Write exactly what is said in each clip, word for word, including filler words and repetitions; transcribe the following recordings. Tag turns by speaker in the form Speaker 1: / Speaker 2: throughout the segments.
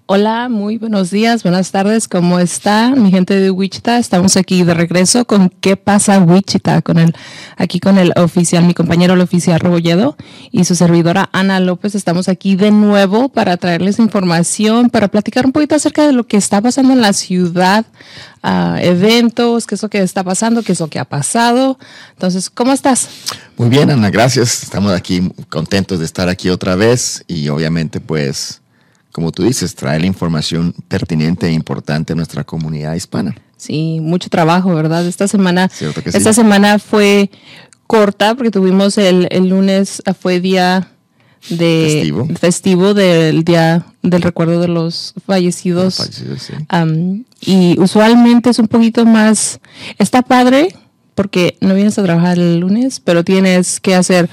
Speaker 1: Hola, muy buenos días, buenas tardes, ¿cómo está mi gente de Wichita? Estamos aquí de regreso con ¿Qué pasa Wichita? Con el, aquí con el oficial, mi compañero el oficial Rebolledo y su servidora Ana López. Estamos aquí de nuevo para traerles información, para platicar un poquito acerca de lo que está pasando en la ciudad, uh, eventos, qué es lo que está pasando, qué es lo que ha pasado. Entonces, ¿cómo estás?
Speaker 2: Muy bien, Ana, gracias. Estamos aquí contentos de estar aquí otra vez y obviamente pues... como tú dices, trae la información pertinente e importante a nuestra comunidad hispana.
Speaker 1: Sí, mucho trabajo, ¿verdad? Esta semana,
Speaker 2: Cierto que
Speaker 1: esta
Speaker 2: sí.
Speaker 1: semana fue corta porque tuvimos el, el lunes, fue día de
Speaker 2: Festivo.
Speaker 1: festivo del día del recuerdo de los fallecidos.
Speaker 2: Los fallecidos, sí.
Speaker 1: Um, y usualmente es un poquito más, está padre porque no vienes a trabajar el lunes, pero tienes que hacer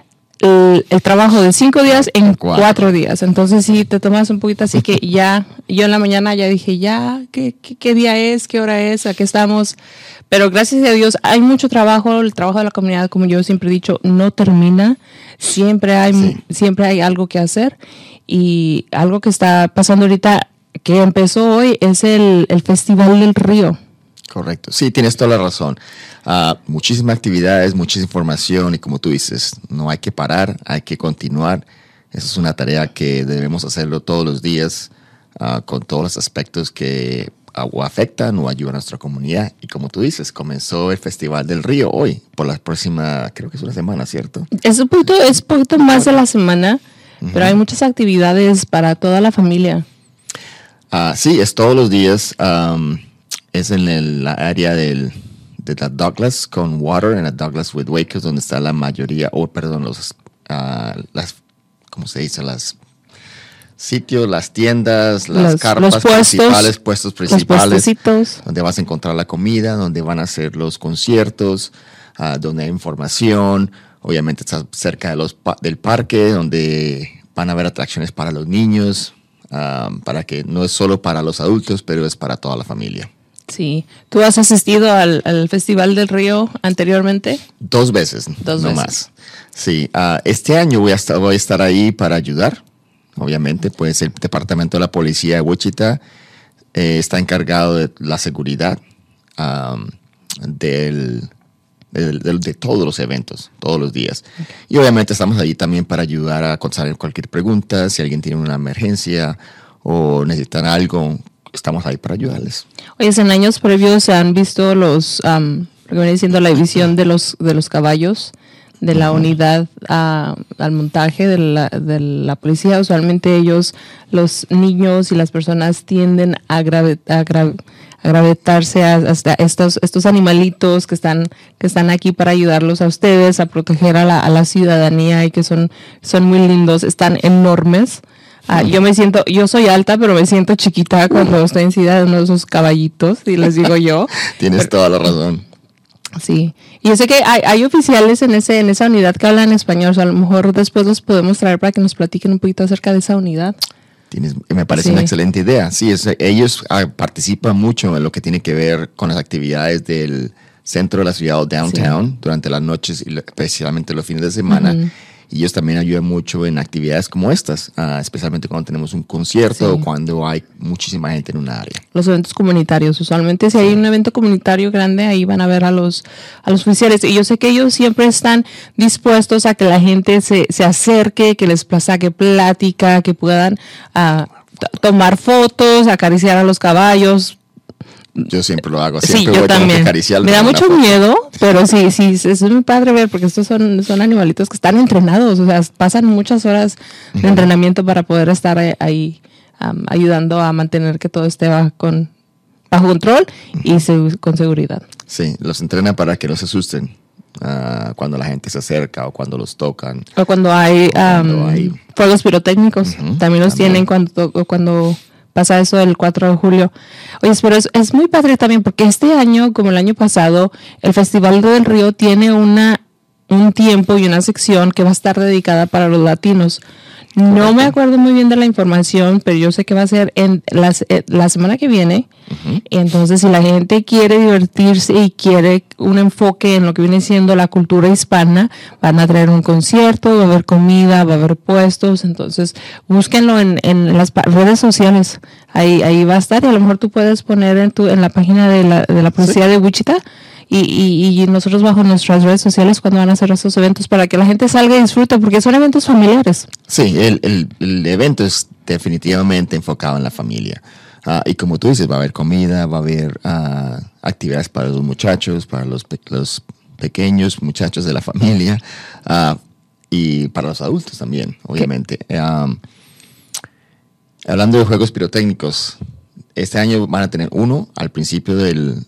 Speaker 1: El, el trabajo de cinco días en cuatro. cuatro días. Entonces sí, te tomas un poquito así que ya, yo en la mañana ya dije, ya, ¿qué, qué, qué día es? ¿Qué hora es? ¿A qué estamos? Pero gracias a Dios hay mucho trabajo. El trabajo de la comunidad, como yo siempre he dicho, no termina. Siempre hay, sí. siempre hay algo que hacer. Y algo que está pasando ahorita, que empezó hoy, es el, el Festival del Río.
Speaker 2: Correcto. Sí, tienes toda la razón. Uh, muchísimas actividades, mucha información y como tú dices, no hay que parar, hay que continuar. Esa es una tarea que debemos hacerlo todos los días uh, con todos los aspectos que uh, o afectan o ayudan a nuestra comunidad. Y como tú dices, comenzó el Festival del Río hoy, por la próxima, creo que es una semana, ¿cierto?
Speaker 1: Es un poquito, es un poquito más de la semana, uh-huh. Pero hay muchas actividades para toda la familia.
Speaker 2: Uh, sí, es todos los días. Um, es en el, la área del... de la Douglas con Water en la Douglas with Waco, donde está la mayoría, o oh, perdón, los, uh, las, ¿cómo se dice? Las sitios, las tiendas, las los, carpas
Speaker 1: los puestos,
Speaker 2: principales, puestos principales,
Speaker 1: los
Speaker 2: donde vas a encontrar la comida, donde van a hacer los conciertos, uh, donde hay información, obviamente está cerca de los, del parque, donde van a haber atracciones para los niños, um, para que no es solo para los adultos, pero es para toda la familia.
Speaker 1: Sí. ¿Tú has asistido al, al Festival del Río anteriormente?
Speaker 2: Dos veces,
Speaker 1: Dos
Speaker 2: no
Speaker 1: veces.
Speaker 2: más. Sí, uh, este año voy a, estar, voy a estar ahí para ayudar. Obviamente, pues el Departamento de la Policía de Wichita eh, está encargado de la seguridad um, del, del, del, de todos los eventos, todos los días. Okay. Y obviamente estamos ahí también para ayudar a contestar cualquier pregunta, si alguien tiene una emergencia o necesitan algo. Estamos ahí para ayudarles.
Speaker 1: Oye, en años previos se han visto los, um, lo que viene siendo la división de los de los caballos de la uh-huh. unidad uh, al montaje de la, de la policía. Usualmente ellos, los niños y las personas tienden a, grave, a, gra, a gravitarse hasta estos estos animalitos que están que están aquí para ayudarlos a ustedes, a proteger a la, a la ciudadanía y que son son muy lindos, están enormes. Ah, yo me siento, yo soy alta, pero me siento chiquita cuando estoy encima de uno de esos caballitos, y les digo yo.
Speaker 2: Tienes
Speaker 1: pero,
Speaker 2: toda la razón.
Speaker 1: Sí, y yo sé que hay, hay oficiales en ese en esa unidad que hablan español, o sea, a lo mejor después los podemos traer para que nos platiquen un poquito acerca de esa unidad.
Speaker 2: Tienes, me parece
Speaker 1: sí.
Speaker 2: una excelente idea. Sí, es, ellos ah, participan mucho en lo que tiene que ver con las actividades del centro de la ciudad o downtown sí. durante las noches y especialmente los fines de semana. Uh-huh. Y ellos también ayudan mucho en actividades como estas, uh, especialmente cuando tenemos un concierto sí. o cuando hay muchísima gente en una área.
Speaker 1: Los eventos comunitarios, usualmente si sí. hay un evento comunitario grande, ahí van a ver a los a los oficiales. Y yo sé que ellos siempre están dispuestos a que la gente se, se acerque, que les saque plática, que puedan uh, t- tomar fotos, acariciar a los caballos.
Speaker 2: Yo siempre lo hago, siempre
Speaker 1: sí, yo
Speaker 2: voy
Speaker 1: también.
Speaker 2: a acariciarlo.
Speaker 1: Me da mucho miedo, pero sí, sí, es muy padre ver, porque estos son, son animalitos que están entrenados, o sea, pasan muchas horas de uh-huh. entrenamiento para poder estar ahí um, ayudando a mantener que todo esté bajo, con, bajo control uh-huh. y se, con seguridad.
Speaker 2: Sí, los entrenan para que no se asusten uh, cuando la gente se acerca o cuando los tocan.
Speaker 1: O cuando hay, o cuando um, hay... fuegos pirotécnicos, uh-huh. también los también. tienen cuando... cuando pasa eso el cuatro de julio. Oye, pero es, es muy padre también porque este año, como el año pasado, el Festival del Río tiene una un tiempo y una sección que va a estar dedicada para los latinos. No ¿correcto? Me acuerdo muy bien de la información, pero yo sé que va a ser en las, eh, la semana que viene. Uh-huh. Entonces, si la gente quiere divertirse y quiere un enfoque en lo que viene siendo la cultura hispana, van a traer un concierto, va a haber comida, va a haber puestos. Entonces, búsquenlo en, en las redes sociales. Ahí, ahí va a estar, y a lo mejor tú puedes poner en, tu, en la página de la, de la policía ¿sí? de Wichita. Y, y, y nosotros bajo nuestras redes sociales cuando van a hacer estos eventos para que la gente salga y disfrute, porque son eventos familiares.
Speaker 2: Sí, el, el, el evento es definitivamente enfocado en la familia. Uh, y como tú dices, va a haber comida, va a haber uh, actividades para los muchachos, para los, pe- los pequeños muchachos de la familia uh, y para los adultos también, obviamente. Um, hablando de juegos pirotécnicos, este año van a tener uno al principio del...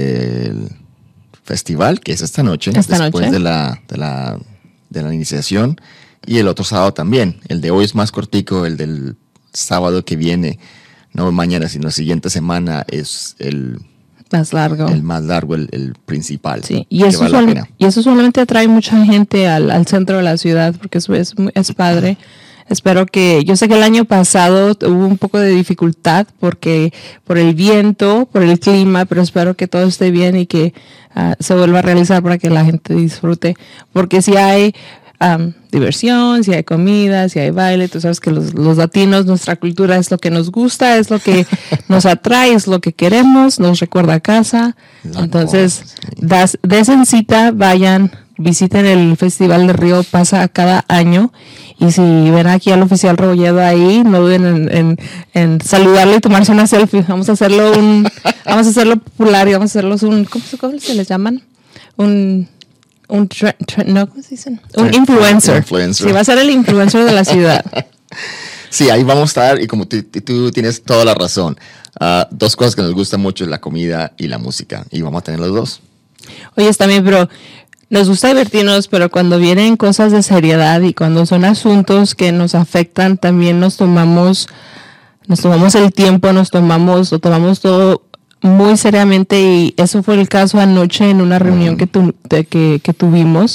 Speaker 2: del festival, que es esta noche,
Speaker 1: esta
Speaker 2: después
Speaker 1: noche.
Speaker 2: De, la, de, la, de la iniciación, y el otro sábado también. El de hoy es más cortico, el del sábado que viene, no mañana, sino la siguiente semana, es el
Speaker 1: más largo,
Speaker 2: el más largo, el, el principal.
Speaker 1: Sí, y eso,
Speaker 2: vale
Speaker 1: sol, y eso solamente atrae mucha gente al, al centro de la ciudad, porque eso es, es padre. Espero que, yo sé que el año pasado hubo un poco de dificultad porque por el viento, por el clima, pero espero que todo esté bien y que uh, se vuelva a realizar para que la gente disfrute, porque si hay um, diversión, si hay comida, si hay baile, tú sabes que los, los latinos, nuestra cultura es lo que nos gusta, es lo que nos atrae, es lo que queremos, nos recuerda a casa. La Entonces, cosa, sí. das, desen cita, vayan, visiten el Festival de Río, pasa cada año. Y si ven aquí al oficial Rebolledo ahí, no duden en, en, en saludarlo y tomarse una selfie. Vamos a hacerlo un, vamos a hacerlo popular y vamos a hacerlo un, ¿cómo, cómo se les llaman? Un, un, tra, tra, no, ¿cómo se dicen? Un influencer. influencer. Sí, va a ser el influencer de la ciudad.
Speaker 2: Sí, ahí vamos a estar y como tú, tú tienes toda la razón. Uh, dos cosas que nos gustan mucho, la comida y la música. Y vamos a tener los dos.
Speaker 1: Oye, está bien, pero... Nos gusta divertirnos, pero cuando vienen cosas de seriedad y cuando son asuntos que nos afectan, también nos tomamos, nos tomamos el tiempo, nos tomamos, lo tomamos todo muy seriamente, y eso fue el caso anoche en una reunión que, tu, de, que, que tuvimos.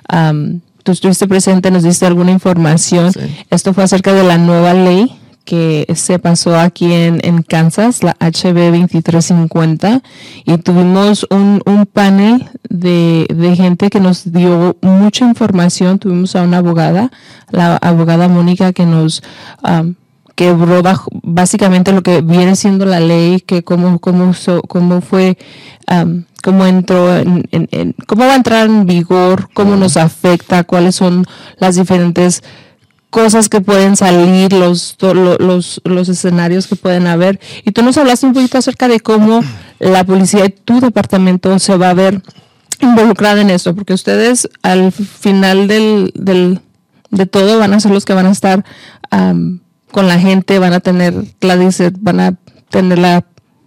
Speaker 1: Um, tú estuviste presente, nos diste alguna información. Sí. Esto fue acerca de la nueva ley que se pasó aquí en, en Kansas, la H B veintitrés cincuenta, y tuvimos un, un panel de, de gente que nos dio mucha información. Tuvimos a una abogada, la abogada Mónica, que nos um, quebró bajo, básicamente lo que viene siendo la ley, que cómo, cómo, so, cómo fue, um, cómo entró, en, en, en, cómo va a entrar en vigor, cómo nos afecta, cuáles son las diferentes cosas que pueden salir, los, los, los escenarios que pueden haber. Y tú nos hablaste un poquito acerca de cómo la policía y tu departamento se va a ver involucrada en esto, porque ustedes al final del, del, de todo van a ser los que van a estar um, con la gente, van a tener la van a tener la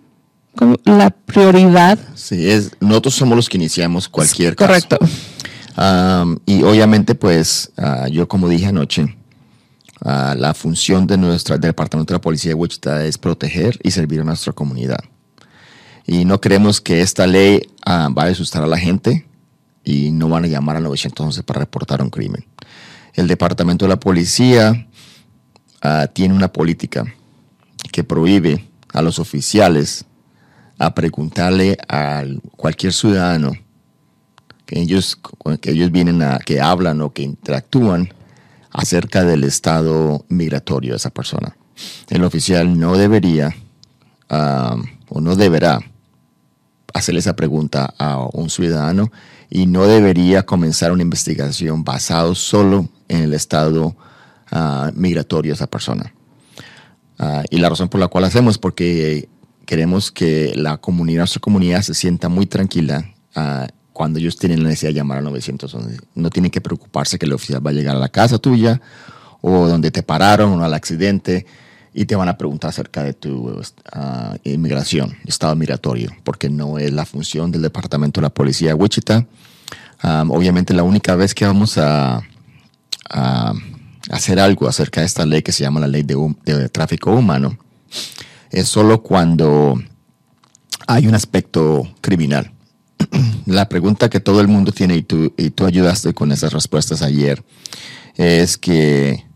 Speaker 1: la prioridad.
Speaker 2: Sí, es, nosotros somos los que iniciamos cualquier caso.
Speaker 1: Correcto.
Speaker 2: Um, y obviamente, pues, uh, yo como dije anoche, Uh, la función de nuestro departamento de la policía de Wichita es proteger y servir a nuestra comunidad. Y no creemos que esta ley uh, va a asustar a la gente y no van a llamar al nueve once para reportar un crimen. El departamento de la policía uh, tiene una política que prohíbe a los oficiales a preguntarle a cualquier ciudadano que ellos, que ellos vienen a, que hablan o que interactúan acerca del estado migratorio de esa persona. El oficial no debería uh, o no deberá hacerle esa pregunta a un ciudadano y no debería comenzar una investigación basado solo en el estado uh, migratorio de esa persona. Uh, y la razón por la cual hacemos es porque queremos que la comunidad, nuestra comunidad se sienta muy tranquila uh, cuando ellos tienen la necesidad de llamar al nueve once. No tienen que preocuparse que el oficial va a llegar a la casa tuya o donde te pararon o al accidente y te van a preguntar acerca de tu uh, inmigración, estado migratorio, porque no es la función del departamento de la policía de Wichita. Um, obviamente la única vez que vamos a, a hacer algo acerca de esta ley que se llama la ley de, de tráfico humano es solo cuando hay un aspecto criminal. La pregunta que todo el mundo tiene, y tú, y tú ayudaste con esas respuestas ayer, es que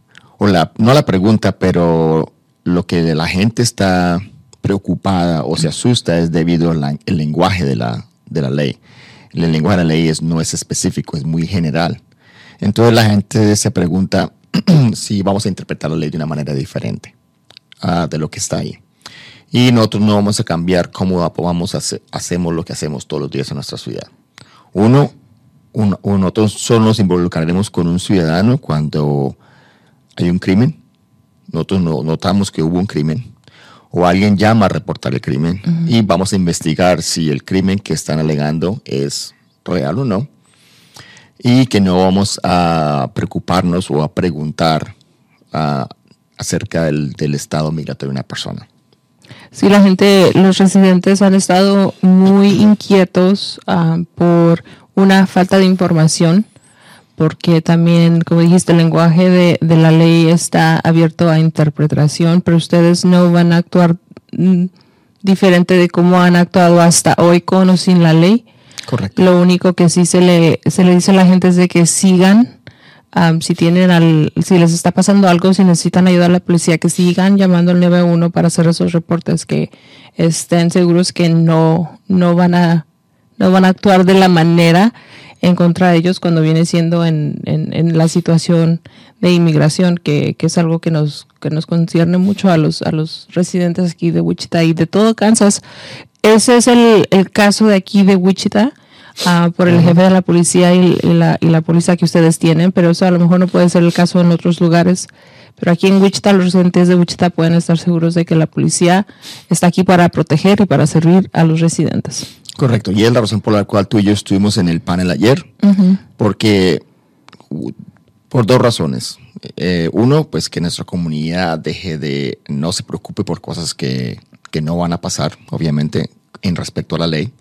Speaker 2: o la, no la pregunta, pero lo que la gente está preocupada o se asusta es debido al lenguaje de la, de la ley. El lenguaje de la ley es, no es específico, es muy general. Entonces la gente se pregunta si vamos a interpretar la ley de una manera diferente uh, de lo que está ahí. Y nosotros no vamos a cambiar cómo vamos a hacer, hacemos lo que hacemos todos los días en nuestra ciudad. Uno, uno, nosotros solo nos involucraremos con un ciudadano cuando hay un crimen. Nosotros no, notamos que hubo un crimen o alguien llama a reportar el crimen uh-huh. y vamos a investigar si el crimen que están alegando es real o no, y que no vamos a preocuparnos o a preguntar uh, acerca del, del estado migratorio de una persona.
Speaker 1: Sí, la gente, los residentes han estado muy inquietos uh, por una falta de información, porque también, como dijiste, el lenguaje de, de la ley está abierto a interpretación, pero ustedes no van a actuar mm, diferente de cómo han actuado hasta hoy con o sin la ley.
Speaker 2: Correcto.
Speaker 1: Lo único que sí se le, se le dice a la gente es de que sigan, um, si tienen al, si les está pasando algo, si necesitan ayuda a la policía, que sigan llamando al nueve uno para hacer esos reportes, que estén seguros que no, no van a, no van a actuar de la manera en contra de ellos cuando viene siendo en, en, en la situación de inmigración, que, que es algo que nos, que nos concierne mucho a los, a los residentes aquí de Wichita y de todo Kansas. Ese es el, el caso de aquí de Wichita, uh, por el jefe de la policía y, y, la, y la policía que ustedes tienen, pero eso a lo mejor no puede ser el caso en otros lugares. Pero aquí en Wichita, los residentes de Wichita pueden estar seguros de que la policía está aquí para proteger y para servir a los residentes.
Speaker 2: Correcto, y es la razón por la cual tú y yo estuvimos en el panel ayer, uh-huh. porque por dos razones. Eh, uno, pues que nuestra comunidad deje de, no se preocupe por cosas que, que no van a pasar, obviamente, en respecto a la ley.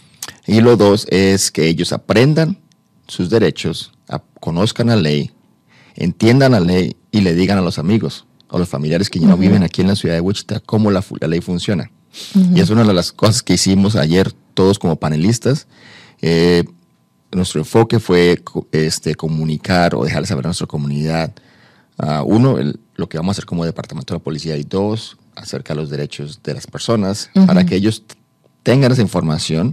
Speaker 2: Y lo dos es que ellos aprendan sus derechos, a, conozcan la ley, entiendan la ley y le digan a los amigos, a los familiares que ya uh-huh. no viven aquí en la ciudad de Wichita, cómo la, la ley funciona. Uh-huh. Y es una de las cosas que hicimos ayer todos como panelistas. Eh, nuestro enfoque fue este, comunicar o dejarles saber a nuestra comunidad, uh, uno, el, lo que vamos a hacer como departamento de la policía, y dos, acerca de los derechos de las personas, uh-huh. para que ellos tengan esa información,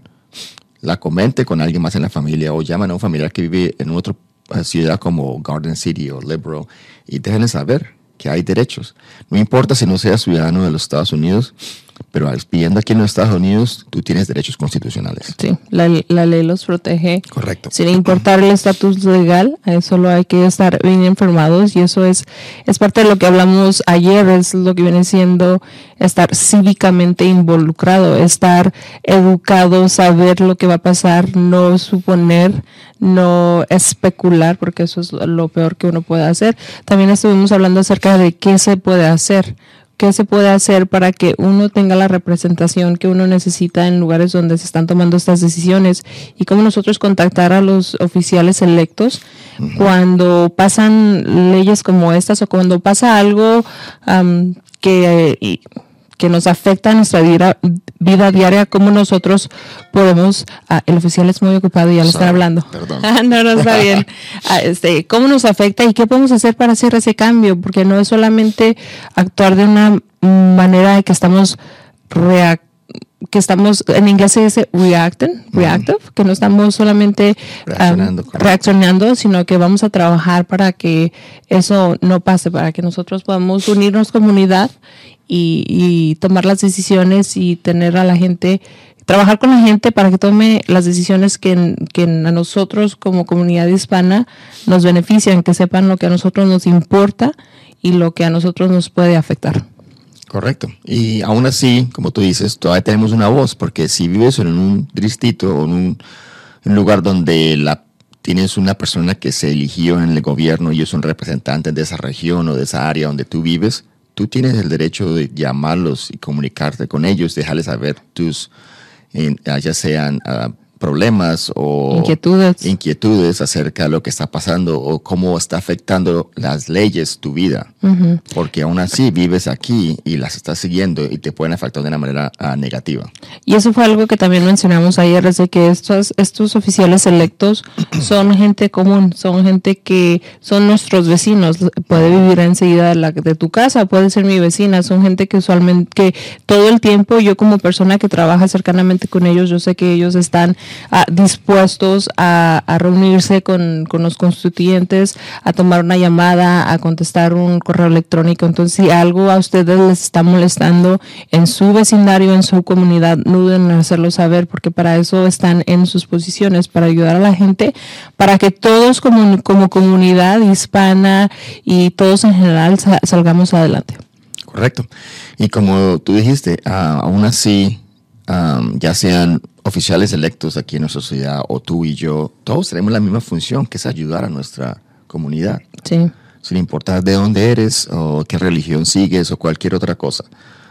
Speaker 2: la comente con alguien más en la familia o llamen a un familiar que vive en otra ciudad como Garden City o Liberal y déjenles saber que hay derechos. No importa si no seas ciudadano de los Estados Unidos, pero viviendo aquí en los Estados Unidos, tú tienes derechos constitucionales.
Speaker 1: Sí, la, la ley los protege.
Speaker 2: Correcto.
Speaker 1: Sin importar el estatus legal, a eso solo hay que estar bien informados, y eso es, es parte de lo que hablamos ayer, es lo que viene siendo estar cívicamente involucrado, estar educado, saber lo que va a pasar, no suponer, no especular, porque eso es lo peor que uno puede hacer. También estuvimos hablando acerca de qué se puede hacer. ¿Qué se puede hacer para que uno tenga la representación que uno necesita en lugares donde se están tomando estas decisiones? Y cómo nosotros contactar a los oficiales electos uh-huh. cuando pasan leyes como estas o cuando pasa algo um, que, y, que nos afecta a nuestra vida, vida diaria, cómo nosotros podemos, ah, el oficial es muy ocupado y ya le están hablando.
Speaker 2: Perdón.
Speaker 1: no, no está bien. Ah, este, cómo nos afecta y qué podemos hacer para hacer ese cambio, porque no es solamente actuar de una manera de que estamos reac que estamos, en inglés se dice reacting, reactive, uh-huh. que no estamos solamente
Speaker 2: reaccionando, um,
Speaker 1: reaccionando, sino que vamos a trabajar para que eso no pase, para que nosotros podamos unirnos comunidad y, y tomar las decisiones y tener a la gente, trabajar con la gente para que tome las decisiones que, que a nosotros como comunidad hispana nos benefician, que sepan lo que a nosotros nos importa y lo que a nosotros nos puede afectar.
Speaker 2: Correcto. Y aún así, como tú dices, todavía tenemos una voz, porque si vives en un distrito o en un, un lugar donde la, tienes una persona que se eligió en el gobierno y es un representante de esa región o de esa área donde tú vives, tú tienes el derecho de llamarlos y comunicarte con ellos, dejarles saber tus, en, ya sean uh, problemas o
Speaker 1: inquietudes.
Speaker 2: inquietudes acerca de lo que está pasando o cómo está afectando las leyes tu vida. Uh-huh. Porque aún así vives aquí y las estás siguiendo y te pueden afectar de una manera uh, negativa.
Speaker 1: Y eso fue algo que también mencionamos ayer, es de que estos, estos oficiales electos son gente común, son gente que son nuestros vecinos, puede vivir enseguida de, la, de tu casa, puede ser mi vecina, son gente que usualmente, que todo el tiempo yo como persona que trabaja cercanamente con ellos, yo sé que ellos están uh, dispuestos a, a reunirse con, con los constituyentes, a tomar una llamada, a contestar un correo electrónico. Entonces, si algo a ustedes les está molestando en su vecindario, en su comunidad, no duden en hacerlo saber, porque para eso están en sus posiciones, para ayudar a la gente, para que todos como, como comunidad hispana y todos en general sa- salgamos adelante.
Speaker 2: Correcto. Y como tú dijiste, uh, aún así, um, ya sean oficiales electos aquí en nuestra sociedad o tú y yo, todos tenemos la misma función, que es ayudar a nuestra comunidad.
Speaker 1: Sí.
Speaker 2: Sin importar de dónde eres o qué religión sigues o cualquier otra cosa.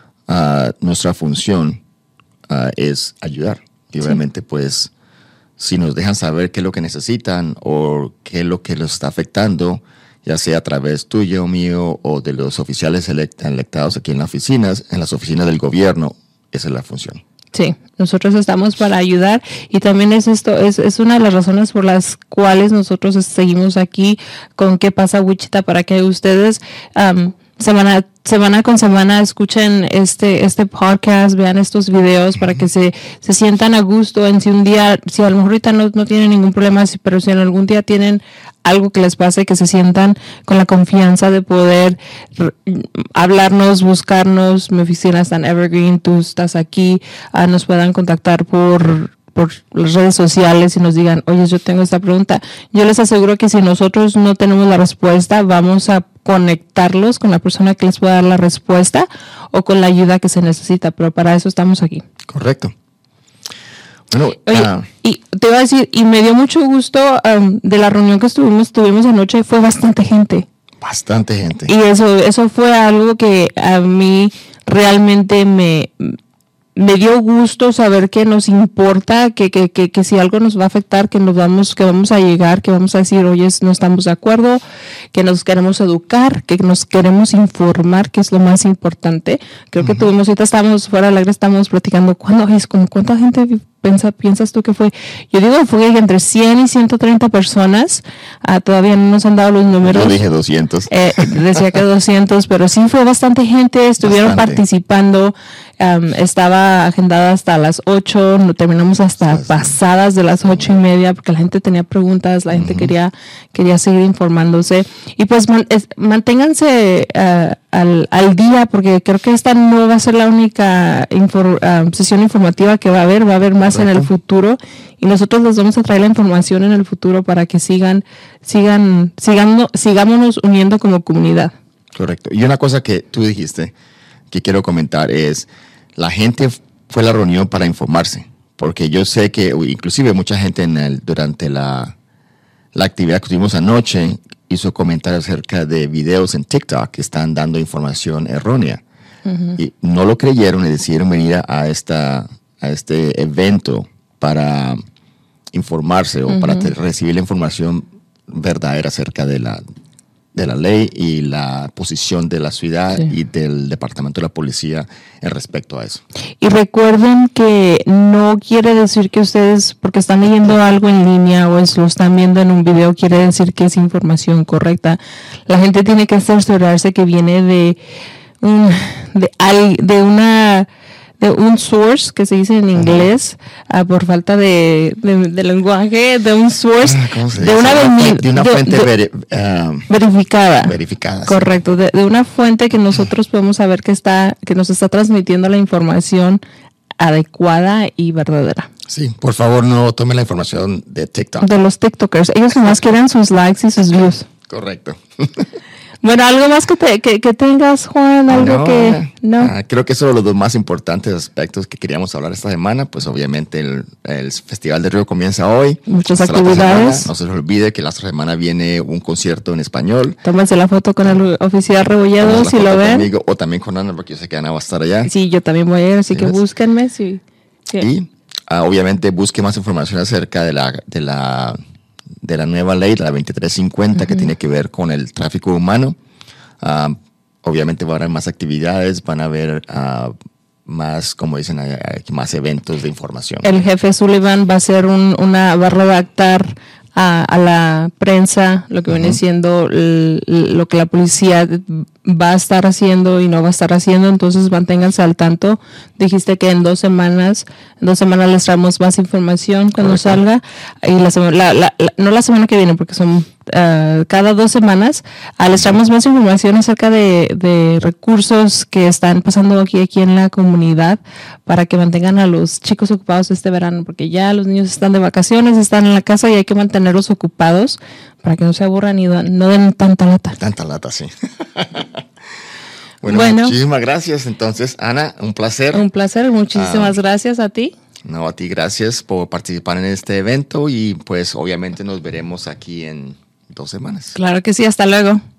Speaker 2: Uh, nuestra función uh, es ayudar. Y obviamente, sí. pues, si nos dejan saber qué es lo que necesitan o qué es lo que los está afectando, ya sea a través tuyo, mío o de los oficiales elect- electados aquí en las oficinas, en las oficinas del gobierno, esa es la función.
Speaker 1: Sí, nosotros estamos para ayudar y también es esto, es, es una de las razones por las cuales nosotros seguimos aquí con ¿Qué pasa Wichita? Para que ustedes um, semana semana con semana escuchen este este podcast, vean estos videos para que se, se sientan a gusto en si un día, si a lo mejor ahorita no, no tienen ningún problema, pero si en algún día tienen algo que les pase, que se sientan con la confianza de poder r- hablarnos, buscarnos. Mi oficina está en Evergreen, tú estás aquí, uh, nos puedan contactar por por las redes sociales y nos digan, oye, yo tengo esta pregunta. Yo les aseguro que si nosotros no tenemos la respuesta, vamos a conectarlos con la persona que les pueda dar la respuesta o con la ayuda que se necesita, pero para eso estamos aquí.
Speaker 2: Correcto. Bueno,
Speaker 1: Oye, uh, y te iba a decir, y me dio mucho gusto um, de la reunión que estuvimos, tuvimos anoche, fue bastante gente.
Speaker 2: Bastante gente.
Speaker 1: Y eso, eso fue algo que a mí realmente me... me dio gusto saber que nos importa, que, que, que, que si algo nos va a afectar, que nos vamos, que vamos a llegar, que vamos a decir, oye, no estamos de acuerdo, que nos queremos educar, que nos queremos informar, que es lo más importante. Creo uh-huh. que tuvimos, ahorita estábamos fuera del aire, estamos platicando, ¿cuándo es? Como, ¿cuánta gente piensa, piensas tú que fue? Yo digo, fue entre cien y ciento treinta personas, uh, todavía no nos han dado los números.
Speaker 2: Yo dije doscientos.
Speaker 1: Eh, decía que doscientos, pero sí fue bastante gente, estuvieron bastante. participando. Um, estaba agendada hasta las ocho, no terminamos hasta sí, pasadas de las ocho y media porque la gente tenía preguntas, la uh-huh. gente quería quería seguir informándose y pues man, es, manténganse uh, al, al día porque creo que esta no va a ser la única infor, uh, sesión informativa que va a haber, va a haber más Correcto. En el futuro y nosotros les vamos a traer la información en el futuro para que sigan, sigan, sigan sigámonos uniendo como comunidad.
Speaker 2: Correcto. Y una cosa que tú dijiste que quiero comentar es, la gente fue a la reunión para informarse, porque yo sé que inclusive mucha gente en el, durante la, la actividad que tuvimos anoche hizo comentarios acerca de videos en TikTok que están dando información errónea. Uh-huh. Y no lo creyeron y decidieron venir a, a, esta, a este evento para informarse uh-huh. o para te, recibir la información verdadera acerca de la de la ley y la posición de la ciudad sí. y del departamento de la policía en respecto a eso.
Speaker 1: Y recuerden que no quiere decir que ustedes, porque están leyendo algo en línea o es, lo están viendo en un video, quiere decir que es información correcta. La gente tiene que asegurarse que viene de un, de, de una de un source, que se dice en inglés, uh, por falta de, de, de lenguaje, de un source, de una,
Speaker 2: veni- de una fuente
Speaker 1: de,
Speaker 2: veri- uh,
Speaker 1: verificada.
Speaker 2: verificada.
Speaker 1: Correcto, sí. de, de una fuente que nosotros podemos saber que está, que nos está transmitiendo la información adecuada y verdadera.
Speaker 2: Sí, por favor no tome la información de TikTok.
Speaker 1: De los TikTokers. Ellos nomás quieren sus likes y sus views.
Speaker 2: Correcto.
Speaker 1: Bueno, ¿algo más que, te, que, que tengas, Juan? ¿Algo
Speaker 2: no,
Speaker 1: que no?
Speaker 2: Uh, creo que esos son los dos más importantes aspectos que queríamos hablar esta semana. Pues obviamente el, el Festival de Río comienza hoy.
Speaker 1: Muchas
Speaker 2: Hasta
Speaker 1: actividades.
Speaker 2: No se les olvide que la otra semana viene un concierto en español.
Speaker 1: Tómense la foto con el oficial Rebollado si lo ven.
Speaker 2: Conmigo, o también con Ana, porque yo sé que Ana va a estar allá.
Speaker 1: Sí, yo también voy a ir, así ¿Sí que ves? Búsquenme. Sí. Sí.
Speaker 2: Y Uh, obviamente busque más información acerca de la, de la, de la nueva ley, la veintitrés cincuenta, uh-huh. que tiene que ver con el tráfico humano. Uh, obviamente van a haber más actividades, van a haber uh, más, como dicen, más eventos de información.
Speaker 1: El jefe Sullivan va a hacer un, una, va a redactar a, a la prensa lo que uh-huh. viene siendo el, lo que la policía va a estar haciendo y no va a estar haciendo, entonces manténganse al tanto. Dijiste que en dos semanas, en dos semanas les traemos más información cuando Correcto. salga, y la, sema, la, la, la no la semana que viene, porque son uh, cada dos semanas, uh, les traemos más información acerca de, de recursos que están pasando aquí, aquí en la comunidad, para que mantengan a los chicos ocupados este verano, porque ya los niños están de vacaciones, están en la casa y hay que mantenerlos ocupados para que no se aburran y no den tanta lata.
Speaker 2: Tanta lata, sí. Bueno, bueno, muchísimas gracias. Entonces, Ana, un placer.
Speaker 1: Un placer, muchísimas uh, gracias a ti.
Speaker 2: No, a ti gracias por participar en este evento y pues obviamente nos veremos aquí en dos semanas.
Speaker 1: Claro que sí, hasta luego.